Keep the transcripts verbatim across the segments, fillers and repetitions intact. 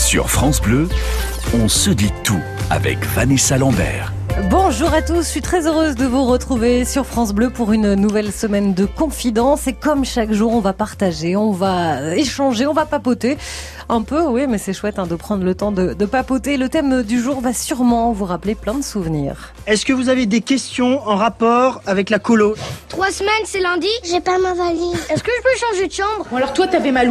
Sur France Bleu, on se dit tout avec Vanessa Lambert. Bonjour à tous, je suis très heureuse de vous retrouver sur France Bleu pour une nouvelle semaine de confidence. Et comme chaque jour, on va partager, on va échanger, on va papoter. Un peu, oui, mais c'est chouette hein, de prendre le temps de, de papoter. Le thème du jour va sûrement vous rappeler plein de souvenirs. Est-ce que vous avez des questions en rapport avec la colo ? Trois semaines, c'est lundi. J'ai pas ma valise. Est-ce que je peux changer de chambre ? Bon alors toi, t'avais mal où ?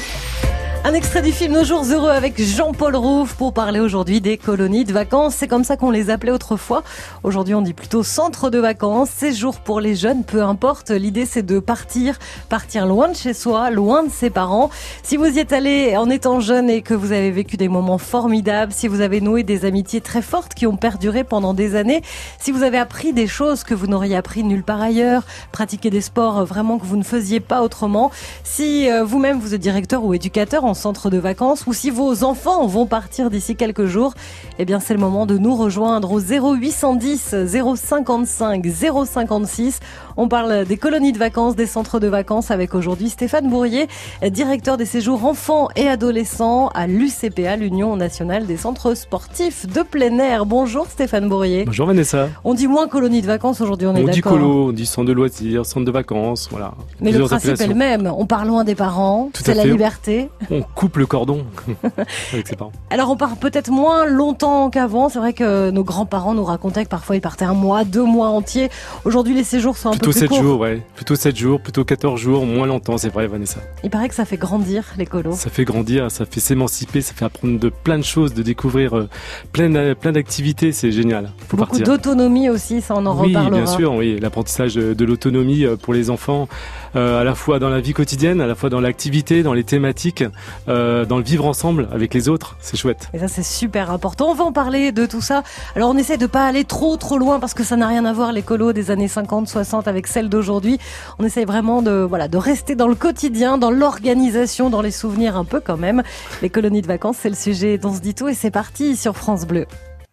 Un extrait du film Nos jours heureux avec Jean-Paul Rouve pour parler aujourd'hui des colonies de vacances. C'est comme ça qu'on les appelait autrefois. Aujourd'hui, on dit plutôt centre de vacances, séjour pour les jeunes, peu importe. L'idée, c'est de partir, partir loin de chez soi, loin de ses parents. Si vous y êtes allé en étant jeune et que vous avez vécu des moments formidables, si vous avez noué des amitiés très fortes qui ont perduré pendant des années, si vous avez appris des choses que vous n'auriez appris nulle part ailleurs, pratiqué des sports vraiment que vous ne faisiez pas autrement, si vous-même vous êtes directeur ou éducateur en centre de vacances, ou si vos enfants vont partir d'ici quelques jours, eh bien c'est le moment de nous rejoindre au zéro huit cent dix zéro cinquante-cinq zéro cinquante-six. On parle des colonies de vacances, des centres de vacances avec aujourd'hui Stéphane Bourrier, directeur des séjours enfants et adolescents à l'U C P A, l'Union nationale des centres sportifs de plein air. Bonjour Stéphane Bourrier. Bonjour Vanessa. On dit moins colonie de vacances aujourd'hui, on, on est d'accord. On dit colo, on dit centre de loisirs, centre de vacances, voilà. Mais le principe est le même, on part loin des parents, Tout c'est la liberté. On coupe le cordon avec ses parents. Alors on part peut-être moins longtemps qu'avant, c'est vrai que nos grands-parents nous racontaient que parfois ils partaient un mois, deux mois entiers. Aujourd'hui les séjours sont un plutôt peu plus sept courts. jours, ouais. Plutôt sept jours, plutôt quatorze jours, moins longtemps, c'est vrai Vanessa. Il paraît que ça fait grandir les colos. Ça fait grandir, ça fait s'émanciper, ça fait apprendre de plein de choses, de découvrir euh, plein, plein d'activités, c'est génial. Faut Beaucoup partir. d'autonomie aussi, ça on en oui, reparlera. Oui, bien sûr, oui. L'apprentissage de, de l'autonomie pour les enfants, euh, à la fois dans la vie quotidienne, à la fois dans l'activité, dans les thématiques, euh, dans le vivre ensemble avec les autres, c'est chouette. Et ça c'est super important, on va en parler de tout ça. Alors on essaie de pas aller trop trop loin parce que ça n'a rien à voir les colos des années cinquante, soixante avec celles d'aujourd'hui. On essaie vraiment de, voilà, de rester dans le quotidien, dans l'organisation, dans les souvenirs un peu quand même. Les colonies de vacances, c'est le sujet dont on se dit tout et c'est parti sur France Bleu.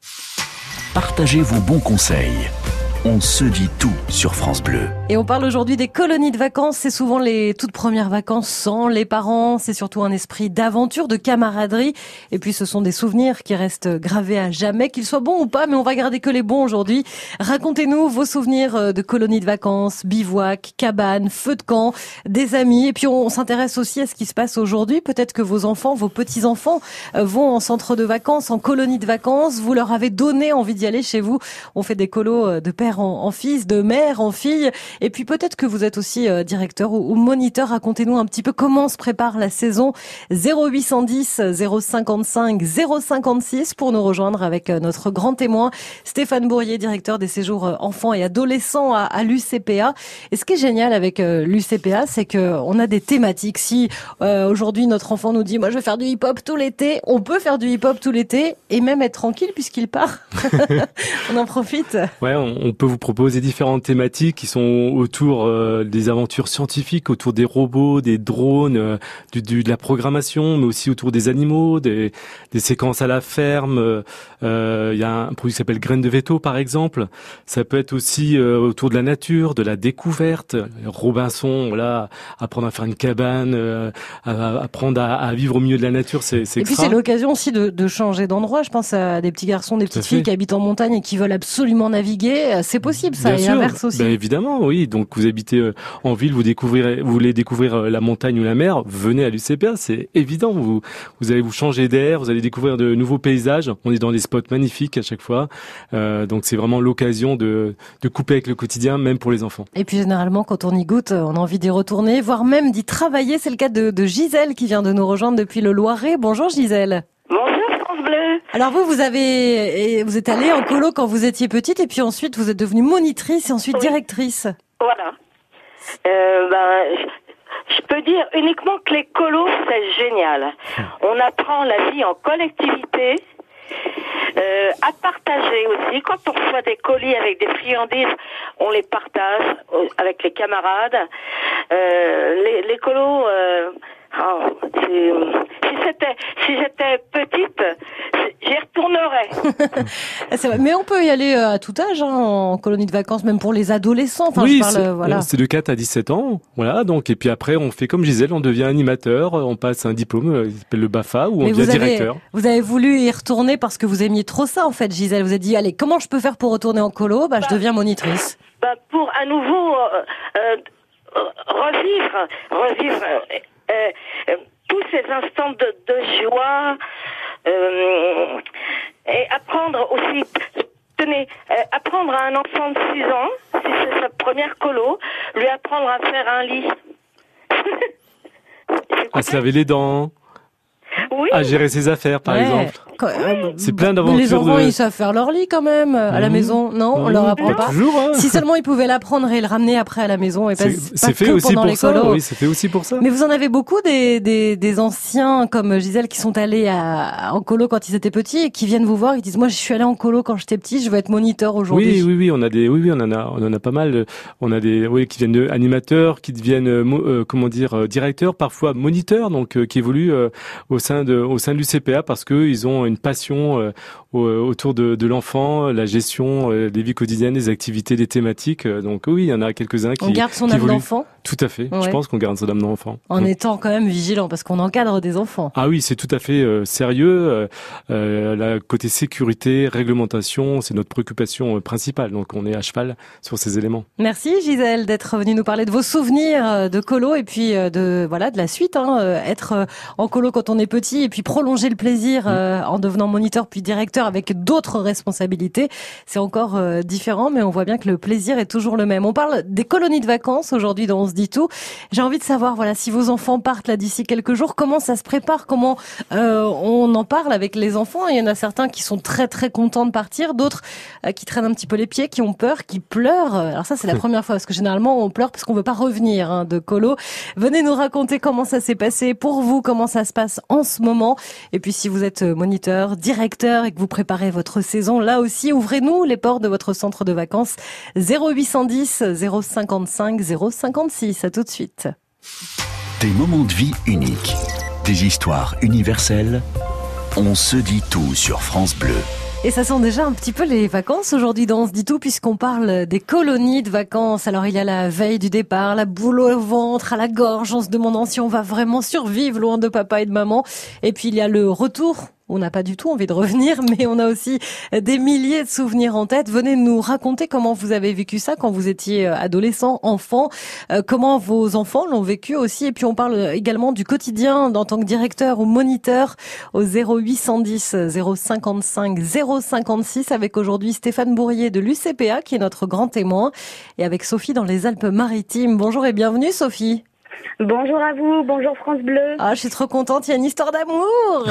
Partagez vos bons conseils. On se dit tout sur France Bleu. Et on parle aujourd'hui des colonies de vacances. C'est souvent les toutes premières vacances sans les parents. C'est surtout un esprit d'aventure, de camaraderie. Et puis ce sont des souvenirs qui restent gravés à jamais, qu'ils soient bons ou pas, mais on va garder que les bons aujourd'hui. Racontez-nous vos souvenirs de colonies de vacances, bivouac, cabane, feu de camp, des amis. Et puis on s'intéresse aussi à ce qui se passe aujourd'hui. Peut-être que vos enfants, vos petits-enfants vont en centre de vacances, en colonie de vacances. Vous leur avez donné envie d'y aller chez vous. On fait des colos de père En, en fils, de mère en fille. Et puis peut-être que vous êtes aussi euh, directeur ou, ou moniteur. Racontez-nous un petit peu comment se prépare la saison. zéro huit cent dix zéro cinquante-cinq zéro cinquante-six pour nous rejoindre avec euh, notre grand témoin Stéphane Bourrier, directeur des séjours euh, enfants et adolescents à, à l'U C P A. Et ce qui est génial avec euh, l'U C P A, c'est que on a des thématiques. Si euh, aujourd'hui notre enfant nous dit moi je vais faire du hip-hop tout l'été, on peut faire du hip-hop tout l'été et même être tranquille puisqu'il part. On en profite. Ouais, on, on peut vous proposer différentes thématiques qui sont autour euh, des aventures scientifiques, autour des robots, des drones, euh, du, du, de la programmation, mais aussi autour des animaux, des, des séquences à la ferme. Il euh, y a un produit qui s'appelle Graines de Veto, par exemple. Ça peut être aussi euh, autour de la nature, de la découverte. Robinson, voilà, apprendre à faire une cabane, euh, à, apprendre à, à vivre au milieu de la nature, c'est, c'est Et puis extra. c'est l'occasion aussi de, de changer d'endroit. Je pense à des petits garçons, des petites filles qui habitent en montagne et qui veulent absolument naviguer. C'est possible, ça, Bien et sûr. inverse aussi. Ben évidemment, oui. Donc vous habitez en ville, vous découvrirez, vous voulez découvrir la montagne ou la mer, venez à l'U C P A, c'est évident. Vous, vous allez vous changer d'air, vous allez découvrir de nouveaux paysages. On est dans des spots magnifiques à chaque fois, euh, donc c'est vraiment l'occasion de, de couper avec le quotidien, même pour les enfants. Et puis généralement, quand on y goûte, on a envie d'y retourner, voire même d'y travailler. C'est le cas de, de Gisèle qui vient de nous rejoindre depuis le Loiret. Bonjour Gisèle. Bonjour France Bleu. Alors vous, vous avez, vous êtes allée en colo quand vous étiez petite et puis ensuite vous êtes devenue monitrice et ensuite oui. directrice. Voilà. Euh, ben, je, je peux dire uniquement que les colos, c'est génial. On apprend la vie en collectivité, euh, à partager aussi. Quand on reçoit des colis avec des friandises, on les partage avec les camarades. Euh, les, les colos... Euh, Oh, si c'était, si j'étais petite, j'y retournerais. C'est vrai. Mais on peut y aller à tout âge, hein, en colonie de vacances, même pour les adolescents. Enfin, oui, je parle, c'est, voilà. c'est de quatre à dix-sept ans, voilà. Donc, et puis après, on fait comme Gisèle, on devient animateur, on passe un diplôme, il s'appelle le B A F A, ou on Mais devient vous avez, directeur. vous avez voulu y retourner parce que vous aimiez trop ça, en fait, Gisèle. Vous avez dit, allez, comment je peux faire pour retourner en colo? Bah, je deviens monitrice. Bah, pour à nouveau euh, euh, revivre, revivre euh, euh, tous ces instants de, de joie euh, et apprendre aussi, tenez, euh, apprendre à un enfant de six ans, si c'est sa première colo, lui apprendre à faire un lit. À se laver les dents, Oui. à gérer ses affaires, par Ouais. exemple. Quand- euh, C'est plein Les d'aventures enfants, de... ils savent faire leur lit quand même, à la Mmh. maison. Non, on Mmh, leur apprend pas pas. toujours, hein. Si seulement ils pouvaient l'apprendre et le ramener après à la maison et pas, C'est, pas c'est fait que aussi pendant pour les ça. colos. Oui, c'est fait aussi pour ça. Mais vous en avez beaucoup des, des, des anciens comme Gisèle qui sont allés à, en colo quand ils étaient petits et qui viennent vous voir et disent moi je suis allé en colo quand j'étais petit, je veux être moniteur aujourd'hui. Oui, oui, oui, on a des, oui, oui, on en a, on en a pas mal. On a des, oui, qui viennent de animateurs, qui deviennent, euh, mo- euh, comment dire, euh, directeurs, parfois moniteurs, donc euh, qui évoluent euh, au sein de, au sein de l'U C P A parce que ils ont une passion euh, au- autour de, de l'enfant, la gestion euh, des vies quotidiennes, des activités, des thématiques. Euh, Donc oui, il y en a quelques-uns qui, On garde son qui âme évoluent. d'enfant Tout à fait. Ouais. Je pense qu'on garde son âme d'enfant. en Mm. étant quand même vigilant parce qu'on encadre des enfants. Ah oui, c'est tout à fait euh, sérieux. Euh, euh, la côté sécurité, réglementation, c'est notre préoccupation euh, principale. Donc on est à cheval sur ces éléments. Merci Gisèle d'être venue nous parler de vos souvenirs euh, de colo et puis euh, de voilà de la suite. Hein, euh, être euh, en colo quand on est petit et puis prolonger le plaisir euh, en devenant moniteur puis directeur avec d'autres responsabilités. C'est encore euh, différent, mais on voit bien que le plaisir est toujours le même. On parle des colonies de vacances aujourd'hui dans On se dit tout. J'ai envie de savoir voilà si vos enfants partent là d'ici quelques jours, comment ça se prépare, comment euh, on en parle avec les enfants. Il y en a certains qui sont très très contents de partir, d'autres euh, qui traînent un petit peu les pieds, qui ont peur, qui pleurent. Alors ça c'est la première fois parce que généralement on pleure parce qu'on veut pas revenir hein, de colo. Venez nous raconter comment ça s'est passé pour vous, comment ça se passe en ce moment. Et puis si vous êtes moniteur, directeur et que vous préparez votre saison, là aussi ouvrez-nous les portes de votre centre de vacances. zéro huit cent dix, zéro cinquante-cinq, zéro cinquante-six. À tout de suite. Des moments de vie uniques, des histoires universelles. On se dit tout sur France Bleu. Et ça sent déjà un petit peu les vacances aujourd'hui dans On se dit tout puisqu'on parle des colonies de vacances. Alors il y a la veille du départ, la boule au ventre, à la gorge, en se demandant si on va vraiment survivre loin de papa et de maman. Et puis il y a le retour. On n'a pas du tout envie de revenir, mais on a aussi des milliers de souvenirs en tête. Venez nous raconter comment vous avez vécu ça quand vous étiez adolescent, enfant, euh, comment vos enfants l'ont vécu aussi. Et puis on parle également du quotidien en tant que directeur ou moniteur au zéro huit cent dix, zéro cinquante-cinq, zéro cinquante-six avec aujourd'hui Stéphane Bourrier de l'U C P A qui est notre grand témoin et avec Sophie dans les Alpes-Maritimes. Bonjour et bienvenue Sophie. Bonjour à vous, bonjour France Bleu. Ah, je suis trop contente, il y a une histoire d'amour.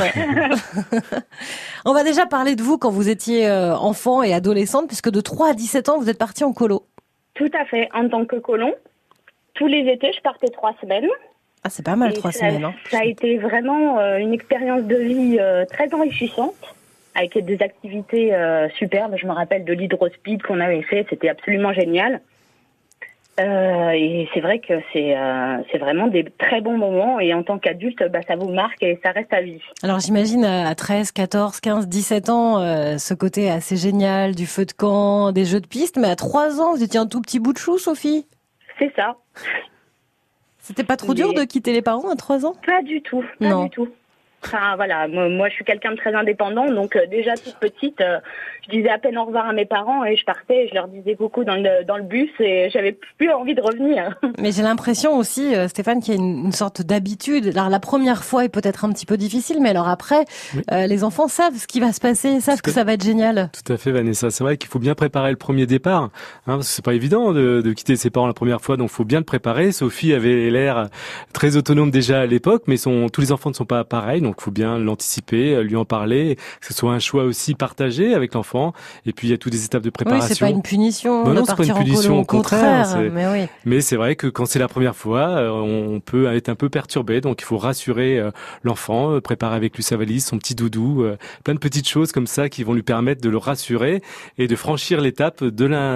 On va déjà parler de vous quand vous étiez euh, enfant et adolescente, puisque de trois à dix-sept ans, vous êtes partie en colo. Tout à fait, en tant que colon. Tous les étés, je partais trois semaines. Ah, c'est pas mal, Et trois ça, semaines. Hein. Ça a été vraiment euh, une expérience de vie euh, très enrichissante, avec des activités euh, superbes. Je me rappelle de l'hydrospeed qu'on avait fait, c'était absolument génial. Euh, et c'est vrai que c'est euh, c'est vraiment des très bons moments et en tant qu'adulte, bah, ça vous marque et ça reste à vie. Alors j'imagine à treize, quatorze, quinze, dix-sept ans, euh, ce côté assez génial du feu de camp, des jeux de piste, mais à trois ans, vous étiez un tout petit bout de chou, Sophie. C'est ça. C'était pas trop Mais... dur de quitter les parents à trois ans? Pas du tout, pas non. du tout. Enfin voilà, moi, moi je suis quelqu'un de très indépendant, donc euh, déjà toute petite, euh, je disais à peine au revoir à mes parents et je partais, et je leur disais coucou dans le dans le bus et j'avais plus envie de revenir. Mais j'ai l'impression aussi, euh, Stéphane, qu'il y a une, une sorte d'habitude. Alors la première fois est peut-être un petit peu difficile, mais alors après, oui. euh, les enfants savent ce qui va se passer, savent Tout que ça va être génial. Tout à fait, Vanessa. C'est vrai qu'il faut bien préparer le premier départ, hein, parce que c'est pas évident de, de quitter ses parents la première fois, donc faut bien le préparer. Sophie avait l'air très autonome déjà à l'époque, mais son, tous les enfants ne sont pas pareils, donc faut bien l'anticiper, lui en parler, que ce soit un choix aussi partagé avec l'enfant. Et puis il y a toutes les étapes de préparation. Oui, c'est pas une punition. Non, de non, c'est pas une punition, punition, au contraire. contraire mais oui. Mais c'est vrai que quand c'est la première fois, on peut être un peu perturbé, donc il faut rassurer l'enfant, préparer avec lui sa valise, son petit doudou, plein de petites choses comme ça qui vont lui permettre de le rassurer et de franchir l'étape de la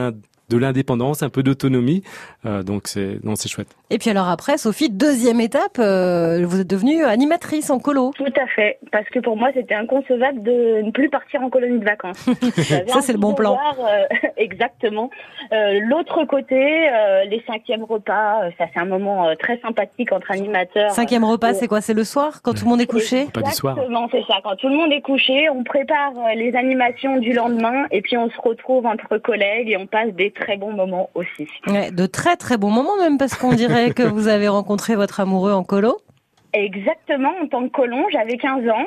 de l'indépendance, un peu d'autonomie. Euh, donc c'est non, c'est chouette. Et puis alors après, Sophie, deuxième étape, euh, vous êtes devenue animatrice en colo. Tout à fait, parce que pour moi c'était inconcevable de ne plus partir en colonie de vacances. Ça c'est le bon plan. Voir, euh, exactement. Euh, l'autre côté, euh, les cinquièmes repas, euh, ça c'est un moment euh, très sympathique entre animateurs. Cinquième repas, Euh, c'est quoi? C'est le soir, quand tout le monde est couché? Pas du soir. Exactement, c'est ça. Quand tout le monde est couché, on prépare euh, les animations du lendemain et puis on se retrouve entre collègues et on passe des très bons moments aussi. Ouais, de très très bons moments même, parce qu'on dirait que vous avez rencontré votre amoureux en colo. Exactement, en tant que colon, j'avais quinze ans.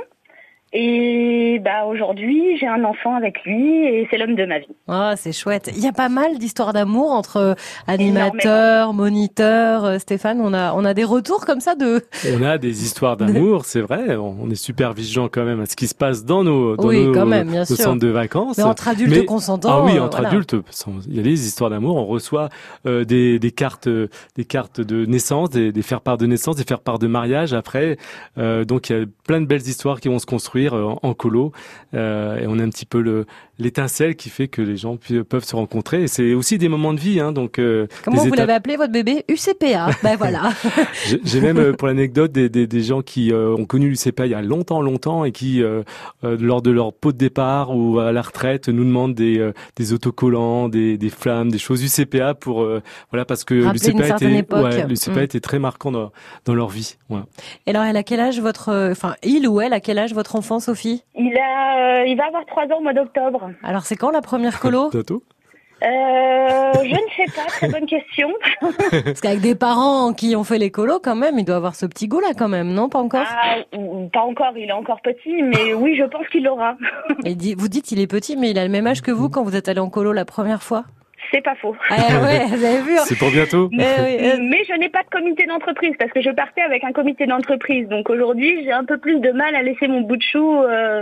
Et bah aujourd'hui, j'ai un enfant avec lui et c'est l'homme de ma vie. Ah, c'est chouette. Il y a pas mal d'histoires d'amour entre animateurs, moniteurs. Euh, Stéphane, on a on a des retours comme ça de. On a des histoires d'amour, c'est vrai. On est super vigilant quand même à ce qui se passe dans nos dans Oui, nos, quand même, bien nos sûr. centres de vacances. Mais entre adultes Mais- consentants. Ah oui, euh, entre voilà. adultes, il y a des histoires d'amour. On reçoit euh, des, des cartes, euh, des cartes de naissance, des, des faire-part de naissance, des faire-part de mariage. Après, euh, donc il y a plein de belles histoires qui vont se construire euh, en, en colo. Euh, et on a un petit peu le l'étincelle qui fait que les gens pu- peuvent se rencontrer. Et c'est aussi des moments de vie, hein. Donc euh, Comment des vous étapes- l'avez appelé votre bébé? U C P A. Ben voilà. J'ai j'ai même, euh, pour l'anecdote, des, des, des gens qui euh, ont connu l'U C P A il y a longtemps, longtemps, et qui, euh, euh, lors de leur pot de départ ou à la retraite, nous demandent des, euh, des autocollants, des, des flammes, des choses U C P A pour, euh, voilà, parce que Rappeler l'U C P A une certaine était, époque. ouais, l'U C P A Mm. était très marquant dans, dans leur vie. Voilà. Et alors, elle a quel âge votre, euh, enfin, il ou elle a quel âge votre enfant, Sophie? Il a, euh, il va avoir trois ans au mois d'octobre. Alors, c'est quand la première colo? Bientôt. Euh, je ne sais pas, très bonne question. Parce qu'avec des parents qui ont fait les colos, quand même, il doit avoir ce petit goût-là, quand même, non? Pas encore? Ah, ou- ou pas encore, il est encore petit, mais oui, je pense qu'il l'aura. Et dit- vous dites il est petit, mais il a le même âge que vous quand vous êtes allé en colo la première fois? C'est pas faux. Ah ouais, vous avez vu? C'est pour bientôt. Eh oui, euh, Mais je n'ai pas de comité d'entreprise parce que je partais avec un comité d'entreprise. Donc aujourd'hui, j'ai un peu plus de mal à laisser mon bout de chou. Euh...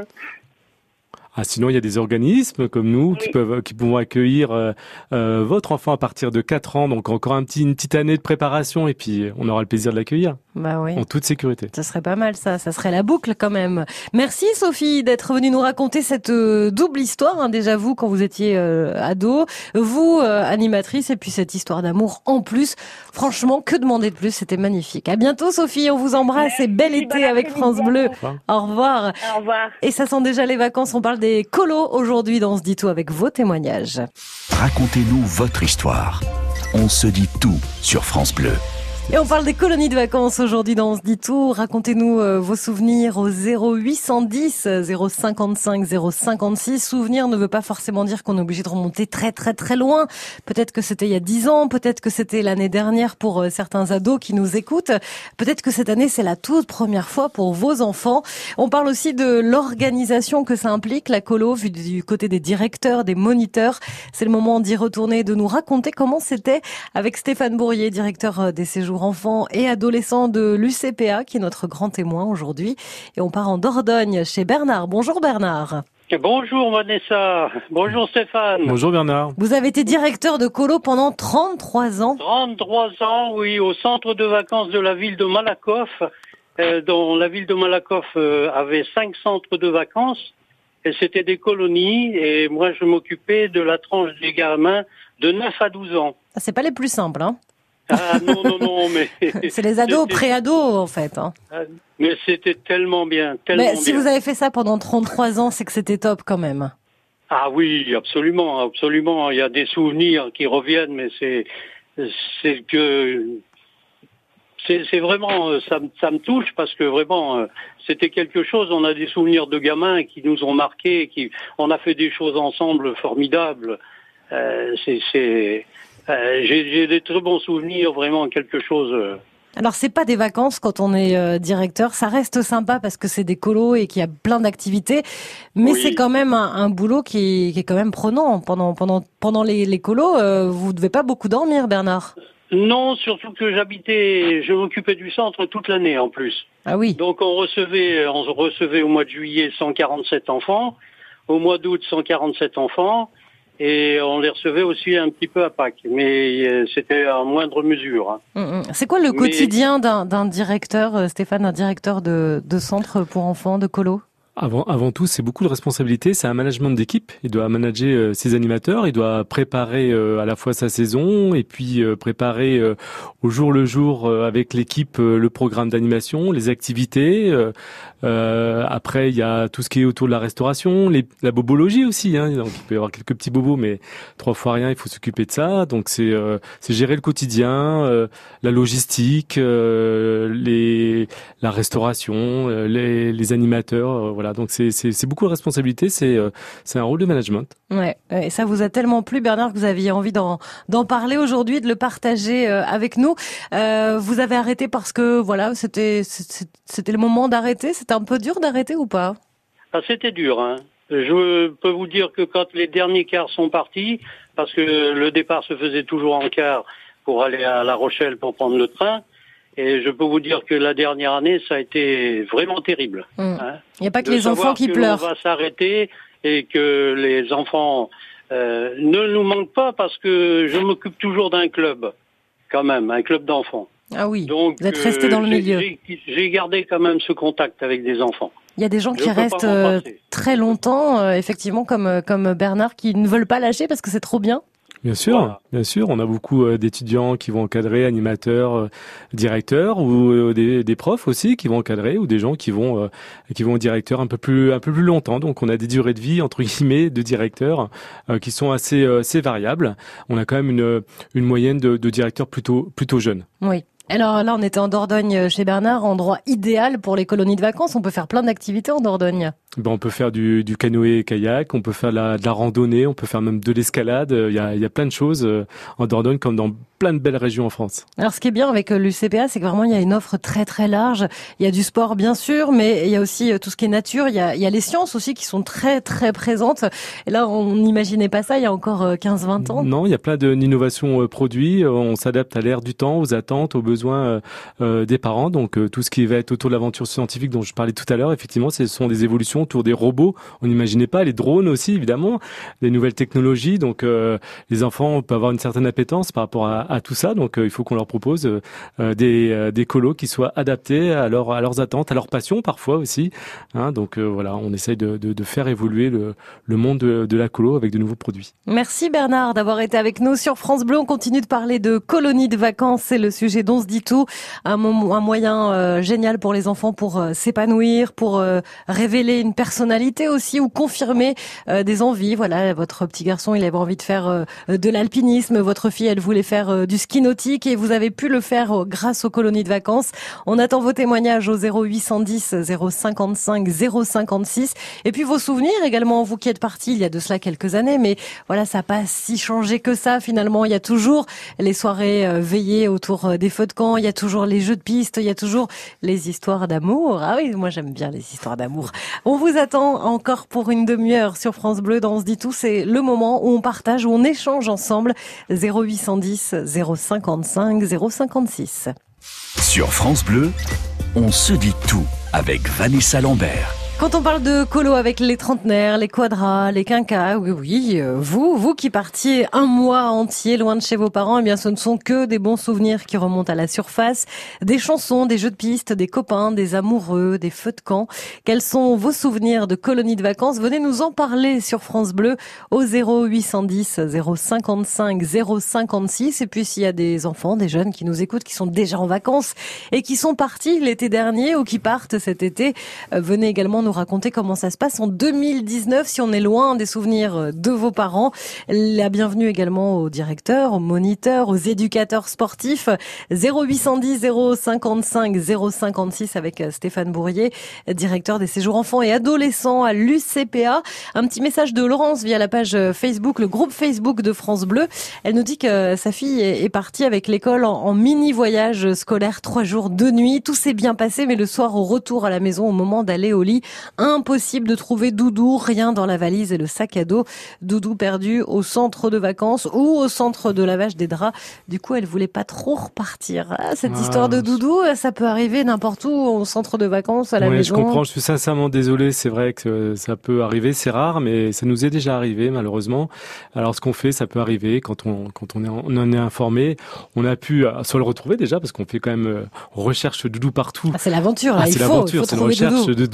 Ah, sinon, il y a des organismes comme nous qui Oui. peuvent, qui pourront accueillir euh, euh, votre enfant à partir de quatre ans. Donc encore un petit, une petite année de préparation et puis on aura le plaisir de l'accueillir bah oui. en toute sécurité. Ça serait pas mal, ça. Ça serait la boucle, quand même. Merci, Sophie, d'être venue nous raconter cette euh, double histoire. Hein. Déjà, vous, quand vous étiez euh, ado, vous, euh, animatrice, et puis cette histoire d'amour en plus. Franchement, que demander de plus? C'était magnifique. À bientôt, Sophie. On vous embrasse. Merci, Et bel bon été avec après-midi France à Bleu. vous. Au revoir. Au revoir. Et ça sent déjà les vacances. On parle des colos aujourd'hui dans Ce Dit Tout avec vos témoignages. Racontez-nous votre histoire. On se dit tout sur France Bleu. Et on parle des colonies de vacances aujourd'hui dans On se dit tout. Racontez-nous euh, vos souvenirs au zéro huit cent dix zéro cinquante-cinq zéro cinquante-six. Souvenir ne veut pas forcément dire qu'on est obligé de remonter très très très loin. Peut-être que c'était il y a dix ans, peut-être que c'était l'année dernière pour euh, certains ados qui nous écoutent. Peut-être que cette année c'est la toute première fois pour vos enfants. On parle aussi de l'organisation que ça implique, la colo, vu du côté des directeurs, des moniteurs. C'est le moment d'y retourner, de nous raconter comment c'était avec Stéphane Bourrier, directeur des séjours enfants et adolescents de l'U C P A, qui est notre grand témoin aujourd'hui. Et on part en Dordogne chez Bernard. Bonjour Bernard. Bonjour Vanessa, bonjour Stéphane. Bonjour Bernard. Vous avez été directeur de colo pendant trente-trois ans. trente-trois ans, oui, au centre de vacances de la ville de Malakoff, euh, dont la ville de Malakoff euh, avait cinq centres de vacances. Et c'était des colonies, et moi je m'occupais de la tranche des gamins de neuf à douze ans. Ah, c'est pas les plus simples, hein. Ah non, non, non, mais... C'est les ados, c'était- pré-ados, en fait. Hein. Mais c'était tellement bien, tellement Mais si bien. vous avez fait ça pendant trente-trois ans, c'est que c'était top quand même. Ah oui, absolument, absolument. Il y a des souvenirs qui reviennent, mais c'est, c'est que, c'est, c'est vraiment, ça, me- ça me touche parce que vraiment, euh, c'était quelque chose. On a des souvenirs de gamins qui nous ont marqués, qui, on a fait des choses ensemble formidables. Euh, c'est, c'est, euh, j'ai, j'ai des très bons souvenirs, vraiment quelque chose. euh, Alors c'est pas des vacances quand on est euh, directeur, ça reste sympa parce que c'est des colos et qu'il y a plein d'activités, mais Oui. c'est quand même un, un boulot qui est, qui est quand même prenant pendant pendant pendant les, les colos. Euh, vous devez pas beaucoup dormir, Bernard. Non, surtout que j'habitais, je m'occupais du centre toute l'année en plus. Ah oui. Donc on recevait, on recevait au mois de juillet cent quarante-sept enfants, au mois d'août cent quarante-sept enfants, et on les recevait aussi un petit peu à Pâques, mais euh, c'était en moindre mesure. Hein. Mm, mm. C'est quoi le Mais- quotidien d'un d'un directeur, euh, Stéphane, un directeur de, de centre pour enfants, de colo? Avant, avant tout, c'est beaucoup de responsabilités. C'est un management d'équipe. Il doit manager euh, ses animateurs. Il doit préparer euh, à la fois sa saison et puis euh, préparer euh, au jour le jour euh, avec l'équipe euh, le programme d'animation, les activités. Euh, euh, après, il y a tout ce qui est autour de la restauration, les, la bobologie aussi. Hein. Donc, il peut y avoir quelques petits bobos, mais trois fois rien. Il faut s'occuper de ça. Donc, c'est euh, c'est gérer le quotidien, euh, la logistique, euh, les la restauration, euh, les les animateurs. Euh, voilà. Voilà, donc c'est, c'est, c'est beaucoup de responsabilités, c'est, euh, c'est un rôle de management. Ouais, et ça vous a tellement plu, Bernard, que vous aviez envie d'en, d'en parler aujourd'hui, de le partager euh, avec nous. Euh, vous avez arrêté parce que, voilà, c'était, c'était le moment d'arrêter. C'était un peu dur d'arrêter ou pas? Ah, c'était dur, hein. Je peux vous dire que quand les derniers cars sont partis, parce que le départ se faisait toujours en car pour aller à La Rochelle pour prendre le train, et je peux vous dire que la dernière année, ça a été vraiment terrible. Mmh. Hein. Il n'y a pas que de les enfants qui que pleurent. On va s'arrêter et que les enfants euh, ne nous manquent pas parce que je m'occupe toujours d'un club, quand même, un club d'enfants. Ah oui, donc, vous êtes resté dans le j'ai, milieu. J'ai, j'ai gardé quand même ce contact avec des enfants. Il y a des gens je qui restent euh, très longtemps, euh, effectivement, comme, comme Bernard, qui ne veulent pas lâcher parce que c'est trop bien. Bien sûr, voilà. Bien sûr. On a beaucoup euh, d'étudiants qui vont encadrer, animateurs, euh, directeurs, ou euh, des, des profs aussi qui vont encadrer, ou des gens qui vont euh, qui vont directeur un peu plus un peu plus longtemps. Donc on a des durées de vie entre guillemets de directeurs euh, qui sont assez euh, assez variables. On a quand même une une moyenne de, de directeurs plutôt plutôt jeunes. Oui. Alors là, on était en Dordogne chez Bernard, endroit idéal pour les colonies de vacances. On peut faire plein d'activités en Dordogne. Ben, on peut faire du, du canoë-kayak, on peut faire la, de la randonnée, on peut faire même de l'escalade. Il y a, il y a plein de choses en Dordogne comme dans plein de belles régions en France. Alors ce qui est bien avec l'U C P A, c'est que vraiment il y a une offre très très large. Il y a du sport bien sûr, mais il y a aussi tout ce qui est nature. Il y a, il y a les sciences aussi qui sont très très présentes. Et là, on n'imaginait pas ça il y a encore quinze vingt ans. Non, il y a plein d'innovations produits. On s'adapte à l'ère du temps, aux attentes, aux besoins euh, des parents. Donc tout ce qui va être autour de l'aventure scientifique dont je parlais tout à l'heure, effectivement, ce sont des évolutions autour des robots. On n'imaginait pas les drones aussi, évidemment, les nouvelles technologies. Donc euh, les enfants peuvent avoir une certaine appétence par rapport à, à tout ça. Donc euh, il faut qu'on leur propose euh, des, euh, des colos qui soient adaptés à, leur, à leurs attentes, à leurs passions parfois aussi. Hein, donc euh, voilà, on essaye de, de, de faire évoluer le, le monde de, de la colo avec de nouveaux produits. Merci Bernard d'avoir été avec nous sur France Bleu. On continue de parler de colonies de vacances. C'est le sujet d'On se dit tout. Un, un moyen euh, génial pour les enfants pour euh, s'épanouir, pour euh, révéler une personnalité aussi ou confirmer euh, des envies. Voilà, votre petit garçon, il avait envie de faire euh, de l'alpinisme. Votre fille, elle voulait faire euh, du ski nautique et vous avez pu le faire euh, grâce aux colonies de vacances. On attend vos témoignages au zéro huit cent dix zéro cinquante-cinq zéro cinquante-six. Et puis vos souvenirs également, vous qui êtes partis il y a de cela quelques années, mais voilà, ça n'a pas si changé que ça finalement. Il y a toujours les soirées euh, veillées autour des feux de camp, il y a toujours les jeux de piste, il y a toujours les histoires d'amour. Ah oui, moi j'aime bien les histoires d'amour. On vous attend encore pour une demi-heure sur France Bleu dans On se dit tout. C'est le moment où on partage, où on échange ensemble. zéro huit cent dix zéro cinquante-cinq zéro cinquante-six. Sur France Bleu, on se dit tout avec Vanessa Lambert. Quand on parle de colo avec les trentenaires, les quadras, les quinquas, oui, oui, vous, vous qui partiez un mois entier loin de chez vos parents, eh bien, ce ne sont que des bons souvenirs qui remontent à la surface. Des chansons, des jeux de piste, des copains, des amoureux, des feux de camp. Quels sont vos souvenirs de colonies de vacances? Venez nous en parler sur France Bleu au zéro huit cent dix zéro cinquante-cinq zéro cinquante-six. Et puis, s'il y a des enfants, des jeunes qui nous écoutent, qui sont déjà en vacances et qui sont partis l'été dernier ou qui partent cet été, venez également nous raconter comment ça se passe en deux mille dix-neuf si on est loin des souvenirs de vos parents. La bienvenue également aux directeurs, aux moniteurs, aux éducateurs sportifs. zéro huit cent dix zéro cinquante-cinq zéro cinquante-six avec Stéphane Bourrier, directeur des séjours enfants et adolescents à l'U C P A. Un petit message de Laurence via la page Facebook, le groupe Facebook de France Bleu. Elle nous dit que sa fille est partie avec l'école en mini voyage scolaire, trois jours, deux nuits. Tout s'est bien passé, mais le soir au retour à la maison, au moment d'aller au lit, impossible de trouver Doudou, rien dans la valise et le sac à dos. Doudou perdu au centre de vacances ou au centre de lavage des draps. Du coup, elle voulait pas trop repartir. Ah, cette ah, histoire de Doudou, ça peut arriver n'importe où, au centre de vacances, à la oui, maison. Je comprends, je suis sincèrement désolé. C'est vrai que ça peut arriver, c'est rare, mais ça nous est déjà arrivé malheureusement. Alors, ce qu'on fait, ça peut arriver quand on quand on, est, on en est informé. On a pu soit le retrouver déjà parce qu'on fait quand même, on recherche Doudou partout. Ah, c'est l'aventure, là. Ah, il c'est faut, l'aventure, il faut c'est une recherche de, de, de tous pour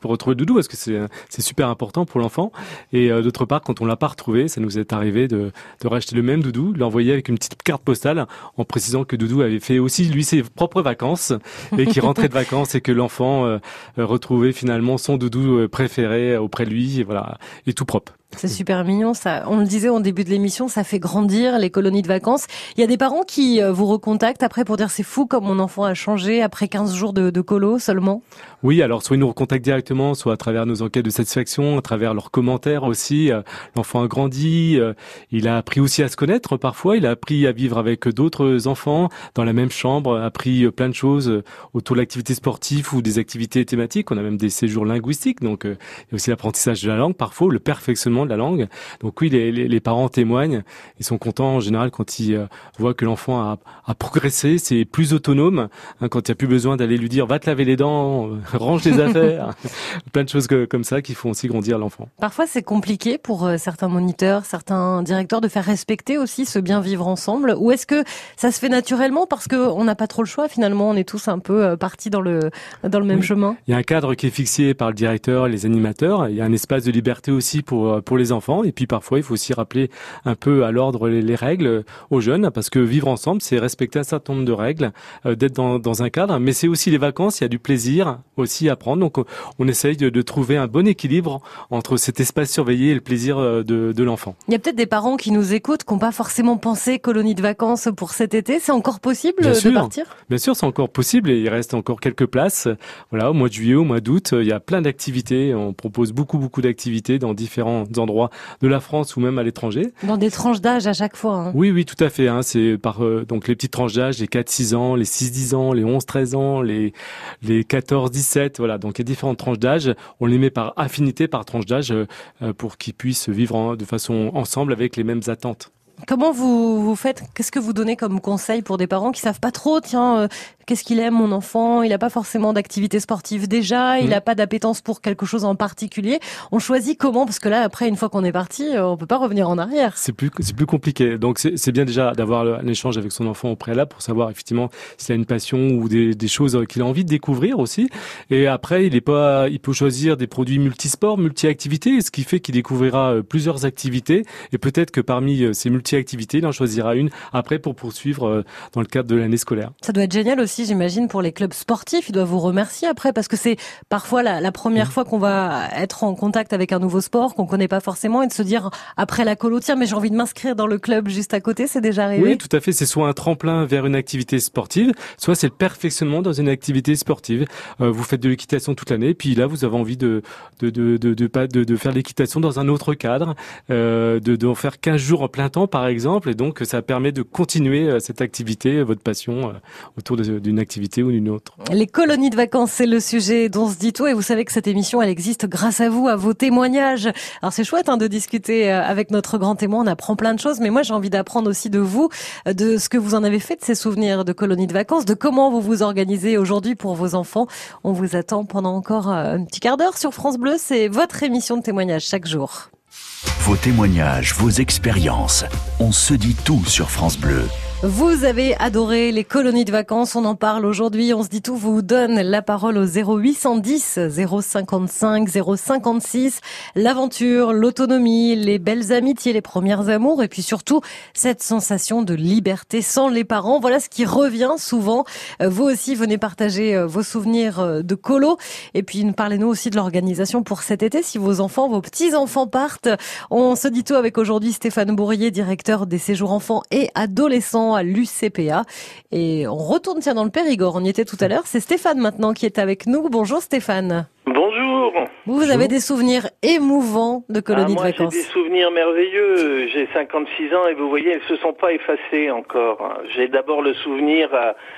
pour retrouver le doudou parce que c'est c'est super important pour l'enfant. Et euh, d'autre part, quand on l'a pas retrouvé, ça nous est arrivé de de racheter le même doudou, de l'envoyer avec une petite carte postale en précisant que Doudou avait fait aussi lui ses propres vacances et qu'il rentrait de vacances et que l'enfant euh, retrouvait finalement son doudou préféré auprès de lui, et voilà, et tout propre. C'est super mignon, ça. On le disait au début de l'émission, ça fait grandir les colonies de vacances. Il y a des parents qui vous recontactent après pour dire c'est fou comme mon enfant a changé après quinze jours de, de colo seulement. Oui, alors soit ils nous recontactent directement, soit à travers nos enquêtes de satisfaction, à travers leurs commentaires aussi. L'enfant a grandi, il a appris aussi à se connaître parfois, il a appris à vivre avec d'autres enfants dans la même chambre, a appris plein de choses autour de l'activité sportive ou des activités thématiques. On a même des séjours linguistiques, donc il y a aussi l'apprentissage de la langue parfois, le perfectionnement de la langue. Donc oui, les, les, les parents témoignent, ils sont contents en général quand ils euh, voient que l'enfant a, a progressé, c'est plus autonome, hein, quand il n'y a plus besoin d'aller lui dire va te laver les dents, euh, range les affaires, plein de choses que, comme ça qui font aussi grandir l'enfant. Parfois c'est compliqué pour euh, certains moniteurs, certains directeurs de faire respecter aussi ce bien vivre ensemble, ou est-ce que ça se fait naturellement parce qu'on n'a pas trop le choix finalement, on est tous un peu euh, partis dans le, dans le même oui. chemin? Il y a un cadre qui est fixé par le directeur, les animateurs, il y a un espace de liberté aussi pour pour les enfants, et puis parfois il faut aussi rappeler un peu à l'ordre les, les règles aux jeunes, parce que vivre ensemble c'est respecter un certain nombre de règles, euh, d'être dans, dans un cadre, mais c'est aussi les vacances, il y a du plaisir aussi à prendre, donc on, on essaye de, de trouver un bon équilibre entre cet espace surveillé et le plaisir de, de l'enfant. Il y a peut-être des parents qui nous écoutent qui n'ont pas forcément pensé colonie de vacances pour cet été, c'est encore possible Bien de sûr. partir? Bien sûr, c'est encore possible et il reste encore quelques places. Voilà, au mois de juillet, au mois d'août, il y a plein d'activités, on propose beaucoup beaucoup d'activités dans différents endroits de la France ou même à l'étranger. Dans des tranches d'âge à chaque fois. Hein. Oui, oui, tout à fait. Hein. C'est par euh, donc les petites tranches d'âge, les quatre six ans, les six dix ans, les onze treize ans, les les quatorze dix-sept. Voilà, donc il y a différentes tranches d'âge. On les met par affinité, par tranche d'âge, euh, pour qu'ils puissent vivre en, de façon ensemble avec les mêmes attentes. Comment vous, vous faites, qu'est-ce que vous donnez comme conseil pour des parents qui savent pas trop, tiens, euh, qu'est-ce qu'il aime mon enfant, il a pas forcément d'activité sportive déjà, il mmh. a pas d'appétence pour quelque chose en particulier. On choisit comment? Parce que là, après, une fois qu'on est parti, on peut pas revenir en arrière. C'est plus, c'est plus compliqué. Donc c'est, c'est bien déjà d'avoir un échange avec son enfant au préalable pour savoir effectivement s'il a une passion ou des, des choses qu'il a envie de découvrir aussi. Et après, il est pas, il peut choisir des produits multisports, multi-activités, ce qui fait qu'il découvrira plusieurs activités et peut-être que parmi ces multi activité, il en choisira une après pour poursuivre dans le cadre de l'année scolaire. Ça doit être génial aussi, j'imagine, pour les clubs sportifs. Ils doivent vous remercier après parce que c'est parfois la, la première mmh. fois qu'on va être en contact avec un nouveau sport qu'on connaît pas forcément et de se dire après la colo, tiens, mais j'ai envie de m'inscrire dans le club juste à côté, c'est déjà arrivé? Oui, tout à fait. C'est soit un tremplin vers une activité sportive, soit c'est le perfectionnement dans une activité sportive. Euh, vous faites de l'équitation toute l'année, puis là, vous avez envie de de de de de, de, de, de faire l'équitation dans un autre cadre, euh, de d'en faire quinze jours en plein temps, par exemple, et donc ça permet de continuer cette activité, votre passion, autour de, d'une activité ou d'une autre. Les colonies de vacances, c'est le sujet dont se dit tout, et vous savez que cette émission, elle existe grâce à vous, à vos témoignages. Alors c'est chouette hein, de discuter avec notre grand témoin, on apprend plein de choses, mais moi j'ai envie d'apprendre aussi de vous, de ce que vous en avez fait de ces souvenirs de colonies de vacances, de comment vous vous organisez aujourd'hui pour vos enfants. On vous attend pendant encore un petit quart d'heure sur France Bleu, c'est votre émission de témoignages chaque jour. Vos témoignages, vos expériences, on se dit tout sur France Bleu. Vous avez adoré les colonies de vacances, on en parle aujourd'hui, on se dit tout, vous donne la parole au zéro huit cent dix, zéro cinquante-cinq, zéro cinquante-six, l'aventure, l'autonomie, les belles amitiés, les premières amours et puis surtout cette sensation de liberté sans les parents. Voilà ce qui revient souvent. Vous aussi venez partager vos souvenirs de colo et puis parlez-nous aussi de l'organisation pour cet été si vos enfants, vos petits-enfants partent. On se dit tout avec aujourd'hui Stéphane Bourrier, directeur des séjours enfants et adolescents à l'U C P A. Et on retourne tiens dans le Périgord, on y était tout à l'heure. C'est Stéphane maintenant qui est avec nous. Bonjour Stéphane. Bonjour. Vous, vous avez des souvenirs émouvants de colonies ah, moi, de vacances. J'ai des souvenirs merveilleux. J'ai cinquante-six ans et vous voyez, elles se sont pas effacées encore. J'ai d'abord le souvenir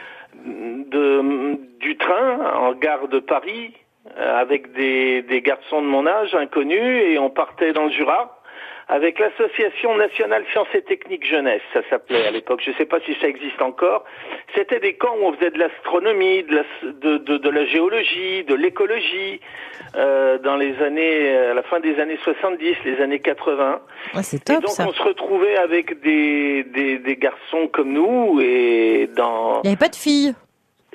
de, du train en gare de Paris avec des, des garçons de mon âge inconnus et on partait dans le Jura. Avec l'Association nationale sciences et techniques jeunesse, ça s'appelait à l'époque. Je ne sais pas si ça existe encore. C'était des camps où on faisait de l'astronomie, de la, de, de, de la géologie, de l'écologie, euh, dans les années, à la fin des années soixante-dix, les années quatre-vingts. Ouais, c'est top, et donc ça. On se retrouvait avec des, des, des garçons comme nous et dans. Il n'y avait pas de filles.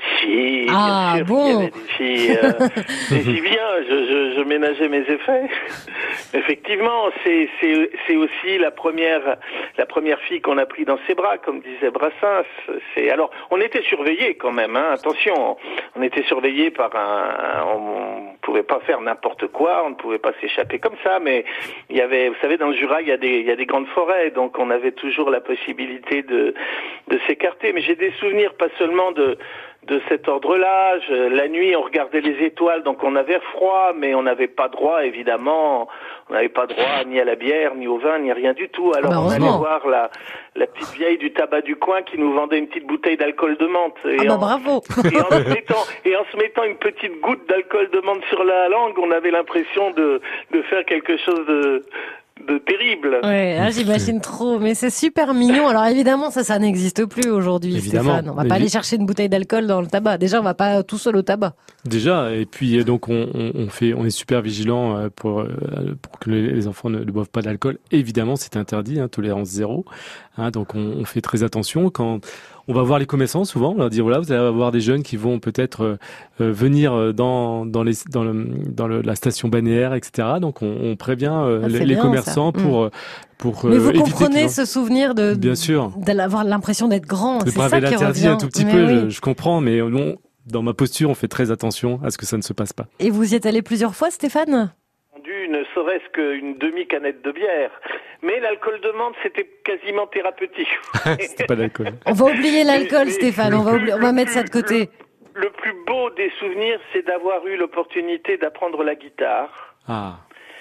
Si, Ah, bien sûr bon. qu'il y avait des filles. Euh, et si bien, je, je, je ménageais mes effets. Effectivement, c'est, c'est, c'est aussi la première, la première fille qu'on a pris dans ses bras, comme disait Brassens. C'est, alors, on était surveillés quand même, hein, attention. On était surveillés par un, on pouvait pas faire n'importe quoi, on ne pouvait pas s'échapper comme ça, mais il y avait, vous savez, dans le Jura, il y a des, il y a des grandes forêts, donc on avait toujours la possibilité de, de s'écarter. Mais j'ai des souvenirs, pas seulement de, de cet ordre-là. Je, la nuit, on regardait les étoiles, donc on avait froid, mais on n'avait pas droit, évidemment, on n'avait pas droit ni à la bière, ni au vin, ni rien du tout. Alors bah, on allait voir la, la petite vieille du tabac du coin qui nous vendait une petite bouteille d'alcool de menthe. Et Ah bah en, bravo. et en se mettant, et en se mettant une petite goutte d'alcool de menthe sur la langue, on avait l'impression de, de faire quelque chose de, de terrible. Ouais, là, j'imagine trop, mais c'est super mignon. Alors évidemment, ça, ça n'existe plus aujourd'hui, Évidemment. Stéphane. On va pas Évi- aller chercher une bouteille d'alcool dans le tabac. Déjà, on va pas tout seul au tabac. Déjà, et puis donc on, on, on fait, on est super vigilant euh, pour, euh, pour que les les enfants ne, ne boivent pas d'alcool. Évidemment, c'est interdit, hein, tolérance zéro. Hein, donc on, on fait très attention quand on va voir les commerçants. Souvent, on leur dit voilà, vous allez avoir des jeunes qui vont peut-être euh, euh, venir dans dans les dans, le, dans le, la station balnéaire, et cetera. Donc on, on prévient euh, Ah, c'est les, les bien, commerçants ça. pour pour Mais euh, vous éviter comprenez qu'ils en- ce souvenir de Bien sûr. d'avoir l'impression d'être grand. Le C'est brave ça et qui l'interdit revient. un tout petit Mais peu, oui. je, je comprends, mais non, dans ma posture, on fait très attention à ce que ça ne se passe pas. Et vous y êtes allé plusieurs fois, Stéphane? Vendu ne serait-ce qu'une demi-canette de bière. Mais l'alcool de menthe, c'était quasiment thérapeutique. C'était pas d'alcool. On va oublier l'alcool, Mais- Stéphane. On va oublier, on va mettre ça de côté. Le, le plus beau des souvenirs, c'est d'avoir eu l'opportunité d'apprendre la guitare. Ah.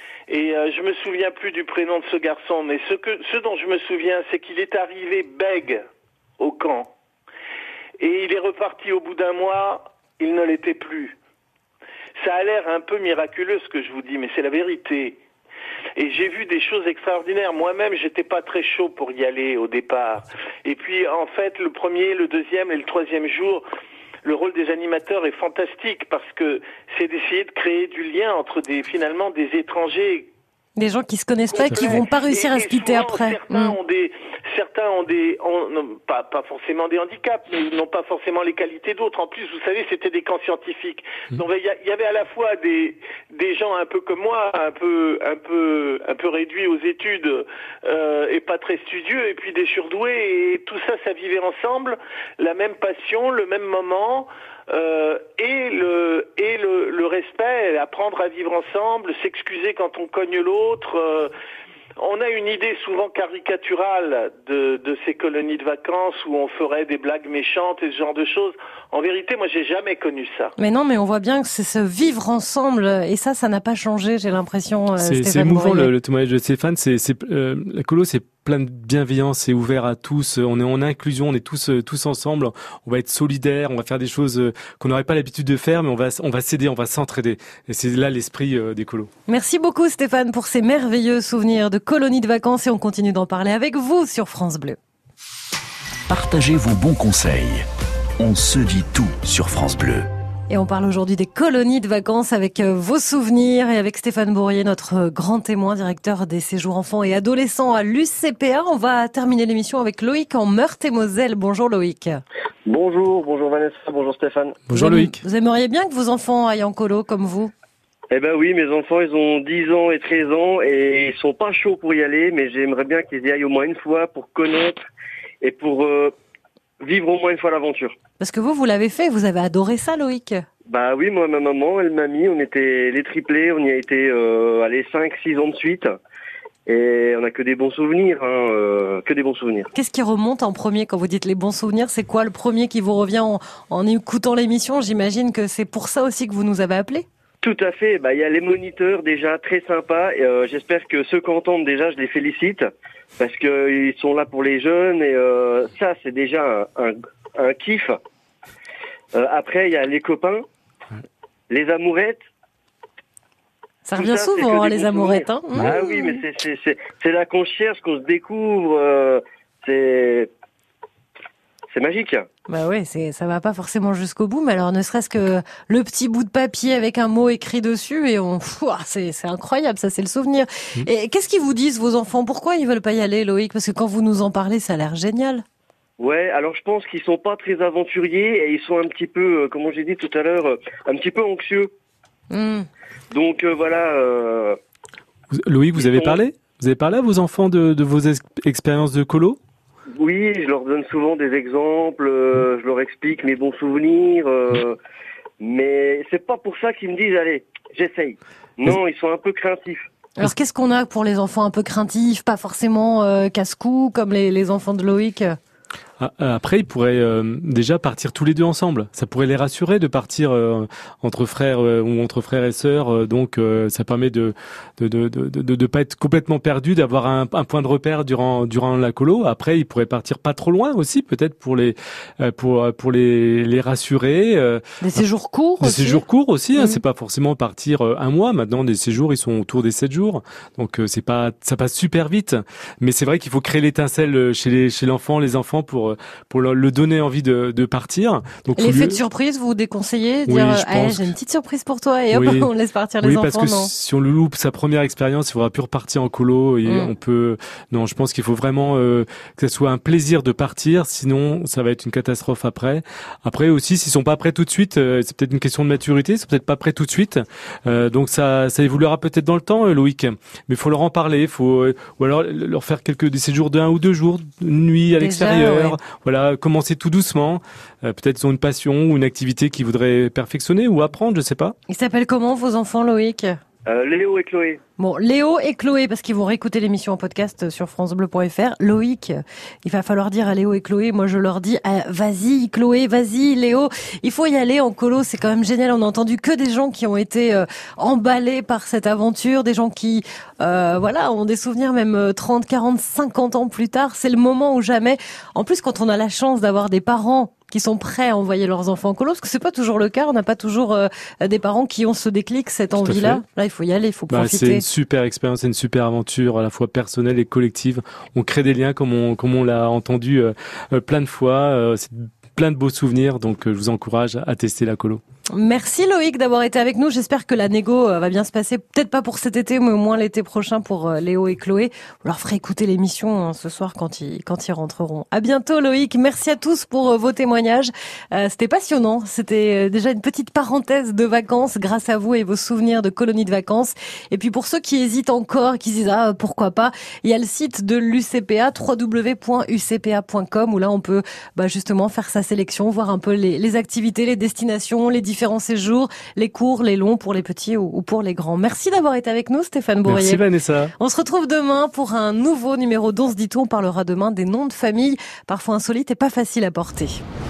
Et euh, je me souviens plus du prénom de ce garçon, mais ce que, ce dont je me souviens, c'est qu'il est arrivé bègue au camp. Et il est reparti au bout d'un mois, il ne l'était plus. Ça a l'air un peu miraculeux ce que je vous dis, mais c'est la vérité. Et j'ai vu des choses extraordinaires. Moi-même, j'étais pas très chaud pour y aller au départ. Et puis, en fait, le premier, le deuxième et le troisième jour, le rôle des animateurs est fantastique parce que c'est d'essayer de créer du lien entre des, finalement, des étrangers. Des gens qui se connaissent pas, qui vont pas réussir Et- à se et quitter souvent, après. Certains Mm. ont des, certains ont des, ont, non, pas, pas forcément des handicaps, mais ils n'ont pas forcément les qualités d'autres. En plus, vous savez, c'était des camps scientifiques. Donc, il y, a- il y avait à la fois des, des gens un peu comme moi, un peu, un peu, un peu réduits aux études, euh, et pas très studieux, et puis des surdoués, et tout ça, ça vivait ensemble, la même passion, le même moment. Euh, et le et le, le respect, apprendre à vivre ensemble, s'excuser quand on cogne l'autre. Euh, on a une idée souvent caricaturale de, de ces colonies de vacances où on ferait des blagues méchantes et ce genre de choses. En vérité, moi, j'ai jamais connu ça. Mais non, mais on voit bien que c'est se vivre ensemble. Et ça, ça n'a pas changé, j'ai l'impression, euh, C'est c'est Stéphane émouvant Bourrier. le, le témoignage de Stéphane. C'est c'est euh, la colo, c'est plein de bienveillance, c'est ouvert à tous. On est en inclusion, on est tous euh, tous ensemble. On va être solidaires, on va faire des choses euh, qu'on n'aurait pas l'habitude de faire, mais on va on va s'aider, on va s'entraider. Et c'est là l'esprit euh, des colos. Merci beaucoup, Stéphane, pour ces merveilleux souvenirs de colonies de vacances. Et on continue d'en parler avec vous sur France Bleu. Partagez vos bons conseils. On se dit tout sur France Bleu. Et on parle aujourd'hui des colonies de vacances avec euh, vos souvenirs et avec Stéphane Bourrier, notre euh, grand témoin, directeur des séjours enfants et adolescents à l'U C P A. On va terminer l'émission avec Loïc en Meurthe-et-Moselle. Bonjour Loïc. Bonjour, bonjour Vanessa, bonjour Stéphane. Bonjour vous aim- Loïc. Vous aimeriez bien que vos enfants aillent en colo comme vous? Eh ben oui, mes enfants, ils ont dix ans et treize ans et ils sont pas chauds pour y aller, mais j'aimerais bien qu'ils y aillent au moins une fois pour connaître et pour euh, vivre au moins une fois l'aventure. Parce que vous, vous l'avez fait, vous avez adoré ça, Loïc. Bah oui, moi, ma maman, elle m'a mis, on était les triplés, on y a été, euh, allez, cinq, six ans de suite. Et on a que des bons souvenirs, hein, euh, que des bons souvenirs. Qu'est-ce qui remonte en premier quand vous dites les bons souvenirs? C'est quoi le premier qui vous revient en, en écoutant l'émission? J'imagine que c'est pour ça aussi que vous nous avez appelés. Tout à fait. Bah, il y a les moniteurs déjà très sympas. Et, euh, j'espère que ceux qui entendent déjà, je les félicite parce que ils sont là pour les jeunes et euh, ça, c'est déjà un, un, un kiff. Euh, après, il y a les copains, les amourettes. Ça Tout revient ça, c'est souvent, que hein, des les bons amourettes. souvenirs. Hein. Ah oui, mais c'est c'est c'est c'est là qu'on se cherche, qu'on se découvre. Euh, c'est c'est magique. Bah ouais, c'est, ça va pas forcément jusqu'au bout, mais alors ne serait-ce que le petit bout de papier avec un mot écrit dessus et on, Pouah, c'est, c'est incroyable, ça c'est le souvenir. Et qu'est-ce qu'ils vous disent vos enfants? Pourquoi ils veulent pas y aller, Loïc? Parce que quand vous nous en parlez, ça a l'air génial. Ouais, alors je pense qu'ils sont pas très aventuriers et ils sont un petit peu, euh, comme j'ai dit tout à l'heure, euh, un petit peu anxieux. Mmh. Donc euh, voilà. Euh, Vous- Loïc, vous avez sont- parlé Vous avez parlé à vos enfants de, de vos ex- expériences de colo? Oui, je leur donne souvent des exemples, euh, je leur explique mes bons souvenirs, euh, mais c'est pas pour ça qu'ils me disent allez, j'essaye. Non, ils sont un peu craintifs. Alors qu'est-ce qu'on a pour les enfants un peu craintifs, pas forcément euh, casse-cou comme les, les enfants de Loïc? Ah, Après, ils pourraient euh, déjà partir tous les deux ensemble. Ça pourrait les rassurer de partir euh, entre frères euh, ou entre frères et sœurs. Euh, donc, euh, ça permet de de de de de, de pas être complètement perdu, d'avoir un, un point de repère durant durant la colo. Après, ils pourraient partir pas trop loin aussi, peut-être pour les euh, pour pour les les rassurer. Euh, Des séjours courts des aussi. séjours courts aussi. Hein, Mhm. C'est pas forcément partir euh, un mois. Maintenant, des séjours, ils sont autour des sept jours. Donc, euh, c'est pas ça passe super vite. Mais c'est vrai qu'il faut créer l'étincelle chez les chez l'enfant, les enfants pour pour leur, le donner envie de, de partir. Donc faut L'effet lui- de surprise, vous déconseillez? Oui, Dire, je ah, pense j'ai une petite surprise pour toi et hop, Oui. on laisse partir oui, les parce enfants, que non? si on le loupe sa première expérience, il faudra plus repartir en colo et Mm. on peut. Non, je pense qu'il faut vraiment euh, que ce soit un plaisir de partir, sinon ça va être une catastrophe après. Après aussi, s'ils sont pas prêts tout de suite, euh, c'est peut-être une question de maturité, ils sont peut-être pas prêts tout de suite. Euh, donc ça, ça évoluera peut-être dans le temps, euh, Loïc. Mais il faut leur en parler, faut euh, ou alors leur faire quelques des séjours de un ou deux jours, une nuit à Déjà, l'extérieur. ouais. Voilà, commencer tout doucement. Euh, peut-être ils ont une passion ou une activité qu'ils voudraient perfectionner ou apprendre, je sais pas. Ils s'appellent comment vos enfants, Loïc? Euh, Léo et Chloé. Bon, Léo et Chloé, parce qu'ils vont réécouter l'émission en podcast sur francebleu point fr. Loïc, il va falloir dire à Léo et Chloé, moi je leur dis, ah, vas-y Chloé, vas-y Léo, il faut y aller en colo, c'est quand même génial. On a entendu que des gens qui ont été euh, emballés par cette aventure, des gens qui, euh, voilà, ont des souvenirs même trente, quarante, cinquante ans plus tard. C'est le moment ou jamais. En plus, quand on a la chance d'avoir des parents qui sont prêts à envoyer leurs enfants en colo, parce que c'est pas toujours le cas, on n'a pas toujours euh, des parents qui ont ce déclic, cette à envie-là. fait. Là, il faut y aller, il faut Bah, c'est profiter. une super expérience, c'est une super aventure à la fois personnelle et collective. On crée des liens comme on comme on l'a entendu euh, euh, plein de fois. Euh, c'est plein de beaux souvenirs, donc euh, je vous encourage à tester la colo. Merci Loïc d'avoir été avec nous. J'espère que la négo euh, va bien se passer. Peut-être pas pour cet été, mais au moins l'été prochain pour euh, Léo et Chloé. Vous leur ferez écouter l'émission hein, ce soir quand ils quand ils rentreront. À bientôt Loïc. Merci à tous pour euh, vos témoignages. Euh, c'était passionnant. C'était euh, déjà une petite parenthèse de vacances grâce à vous et vos souvenirs de colonies de vacances. Et puis pour ceux qui hésitent encore, qui se disent ah pourquoi pas, il y a le site de l'U C P A, w w w point u c p a point com, où là on peut bah, justement faire sa sélection, voir un peu les, les activités, les destinations, les différents séjours, les courts, les longs pour les petits ou pour les grands. Merci d'avoir été avec nous, Stéphane Bourrier. Merci Vanessa. On se retrouve demain pour un nouveau numéro d'On se dit tout. On parlera demain des noms de famille, parfois insolites et pas faciles à porter.